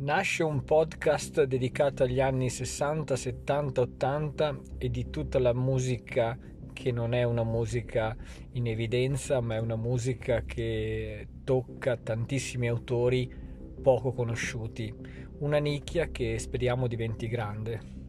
Nasce un podcast dedicato agli anni 60, 70, 80 e di tutta la musica che non è una musica in evidenza, ma è una musica che tocca tantissimi autori poco conosciuti. Una nicchia che speriamo diventi grande.